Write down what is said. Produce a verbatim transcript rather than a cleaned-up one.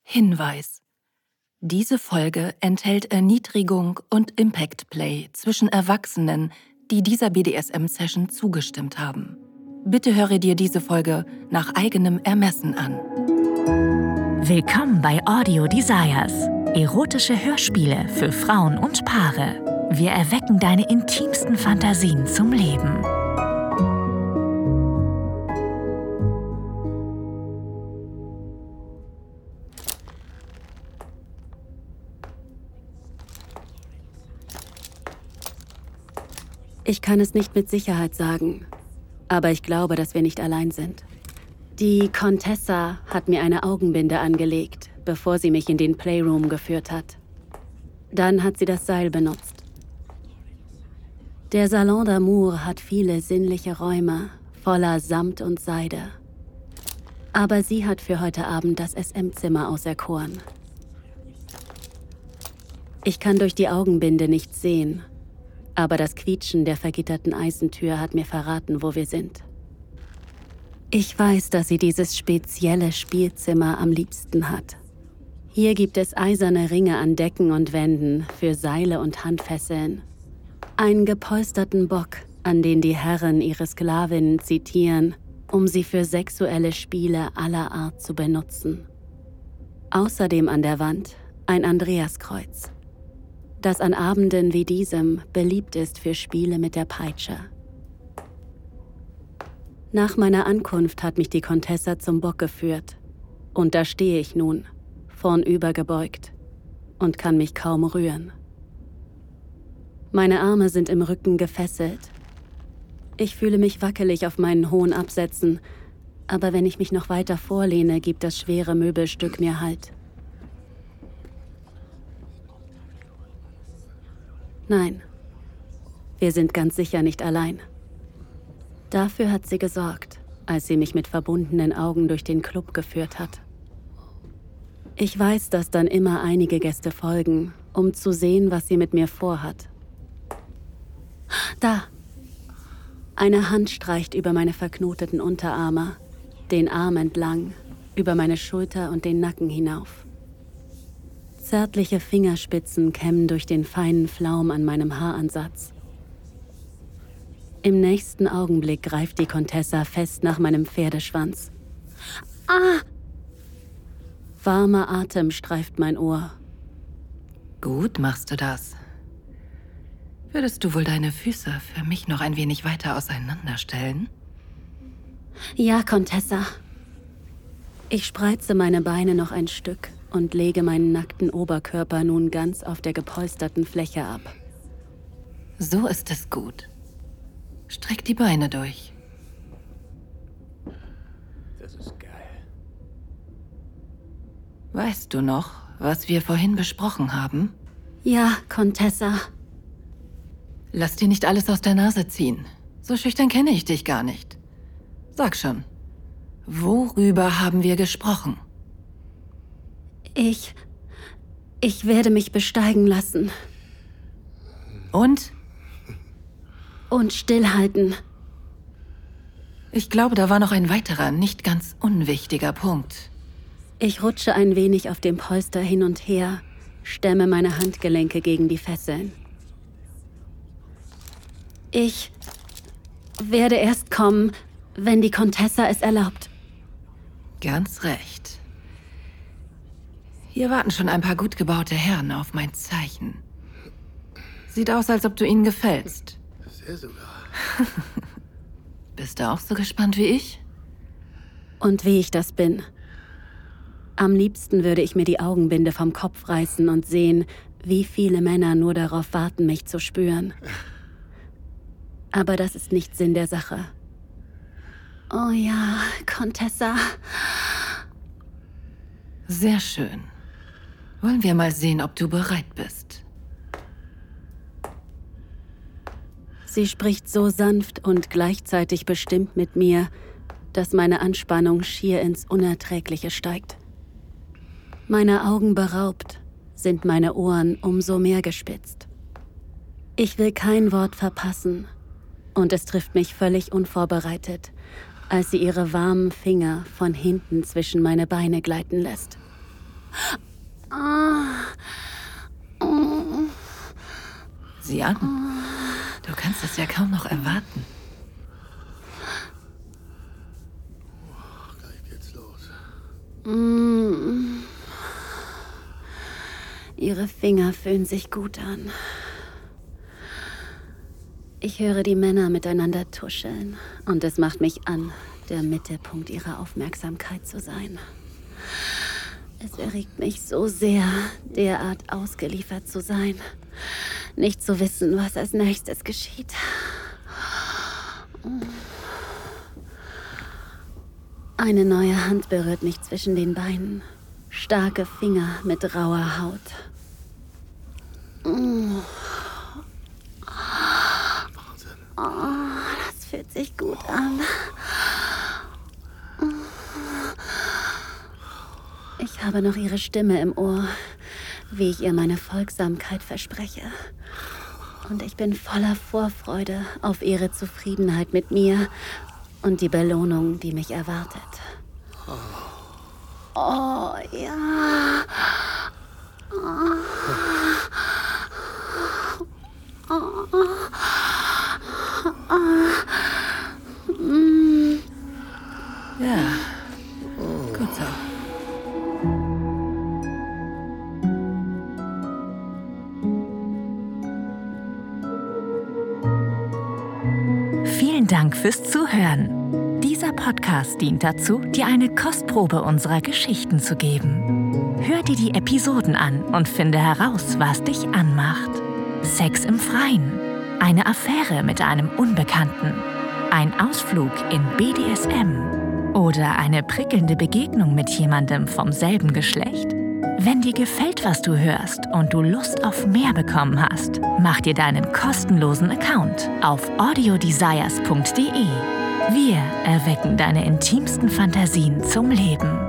Hinweis: Diese Folge enthält Erniedrigung und Impact Play zwischen Erwachsenen, die dieser B D S M-Session zugestimmt haben. Bitte höre dir diese Folge nach eigenem Ermessen an. Willkommen bei Audio Desires. Erotische Hörspiele für Frauen und Paare. Wir erwecken deine intimsten Fantasien zum Leben. Ich kann es nicht mit Sicherheit sagen, aber ich glaube, dass wir nicht allein sind. Die Contessa hat mir eine Augenbinde angelegt, bevor sie mich in den Playroom geführt hat. Dann hat sie das Seil benutzt. Der Salon d'Amour hat viele sinnliche Räume, voller Samt und Seide. Aber sie hat für heute Abend das S M-Zimmer auserkoren. Ich kann durch die Augenbinde nichts sehen, aber das Quietschen der vergitterten Eisentür hat mir verraten, wo wir sind. Ich weiß, dass sie dieses spezielle Spielzimmer am liebsten hat. Hier gibt es eiserne Ringe an Decken und Wänden für Seile und Handfesseln. Einen gepolsterten Bock, an den die Herren ihre Sklavinnen zitieren, um sie für sexuelle Spiele aller Art zu benutzen. Außerdem an der Wand ein Andreaskreuz, das an Abenden wie diesem beliebt ist für Spiele mit der Peitsche. Nach meiner Ankunft hat mich die Contessa zum Bock geführt. Und da stehe ich nun, vornüber gebeugt, und kann mich kaum rühren. Meine Arme sind im Rücken gefesselt. Ich fühle mich wackelig auf meinen hohen Absätzen, aber wenn ich mich noch weiter vorlehne, gibt das schwere Möbelstück mir Halt. Nein, wir sind ganz sicher nicht allein. Dafür hat sie gesorgt, als sie mich mit verbundenen Augen durch den Club geführt hat. Ich weiß, dass dann immer einige Gäste folgen, um zu sehen, was sie mit mir vorhat. Da! Eine Hand streicht über meine verknoteten Unterarme, den Arm entlang, über meine Schulter und den Nacken hinauf. Zärtliche Fingerspitzen kämmen durch den feinen Flaum an meinem Haaransatz. Im nächsten Augenblick greift die Contessa fest nach meinem Pferdeschwanz. Ah! Warmer Atem streift mein Ohr. Gut machst du das. Würdest du wohl deine Füße für mich noch ein wenig weiter auseinanderstellen? Ja, Contessa. Ich spreize meine Beine noch ein Stück und lege meinen nackten Oberkörper nun ganz auf der gepolsterten Fläche ab. So ist es gut. Streck die Beine durch. Das ist geil. Weißt du noch, was wir vorhin besprochen haben? Ja, Contessa. Lass dir nicht alles aus der Nase ziehen. So schüchtern kenne ich dich gar nicht. Sag schon, worüber haben wir gesprochen? Ich... Ich werde mich besteigen lassen. Und? Und stillhalten. Ich glaube, da war noch ein weiterer, nicht ganz unwichtiger Punkt. Ich rutsche ein wenig auf dem Polster hin und her, stemme meine Handgelenke gegen die Fesseln. Ich werde erst kommen, wenn die Contessa es erlaubt. Ganz recht. Hier warten schon ein paar gut gebaute Herren auf mein Zeichen. Sieht aus, als ob du ihnen gefällst. Sehr sogar. Bist du auch so gespannt wie ich? Und wie ich das bin. Am liebsten würde ich mir die Augenbinde vom Kopf reißen und sehen, wie viele Männer nur darauf warten, mich zu spüren. Aber das ist nicht Sinn der Sache. Oh ja, Contessa. Sehr schön. Wollen wir mal sehen, ob du bereit bist. Sie spricht so sanft und gleichzeitig bestimmt mit mir, dass meine Anspannung schier ins Unerträgliche steigt. Meine Augen beraubt, sind meine Ohren umso mehr gespitzt. Ich will kein Wort verpassen, und es trifft mich völlig unvorbereitet, als sie ihre warmen Finger von hinten zwischen meine Beine gleiten lässt. Sieh an. Du kannst es ja kaum noch erwarten. Gleich geht's los. Mm. Ihre Finger fühlen sich gut an. Ich höre die Männer miteinander tuscheln und es macht mich an, der Mittelpunkt ihrer Aufmerksamkeit zu sein. Es erregt mich so sehr, derart ausgeliefert zu sein, nicht zu wissen, was als nächstes geschieht. Eine neue Hand berührt mich zwischen den Beinen. Starke Finger mit rauer Haut. Oh, das fühlt sich gut an. Ich habe noch ihre Stimme im Ohr, wie ich ihr meine Folgsamkeit verspreche. Und ich bin voller Vorfreude auf ihre Zufriedenheit mit mir und die Belohnung, die mich erwartet. Oh, ja. Oh. Oh. Oh. Mm. Ja, gut so. Vielen Dank fürs Zuhören. Dieser Podcast dient dazu, dir eine Kostprobe unserer Geschichten zu geben. Hör dir die Episoden an und finde heraus, was dich anmacht. Sex im Freien, eine Affäre mit einem Unbekannten, ein Ausflug in B D S M oder eine prickelnde Begegnung mit jemandem vom selben Geschlecht. Wenn dir gefällt, was du hörst und du Lust auf mehr bekommen hast, mach dir deinen kostenlosen Account auf audiodesires punkt de. Wir erwecken deine intimsten Fantasien zum Leben.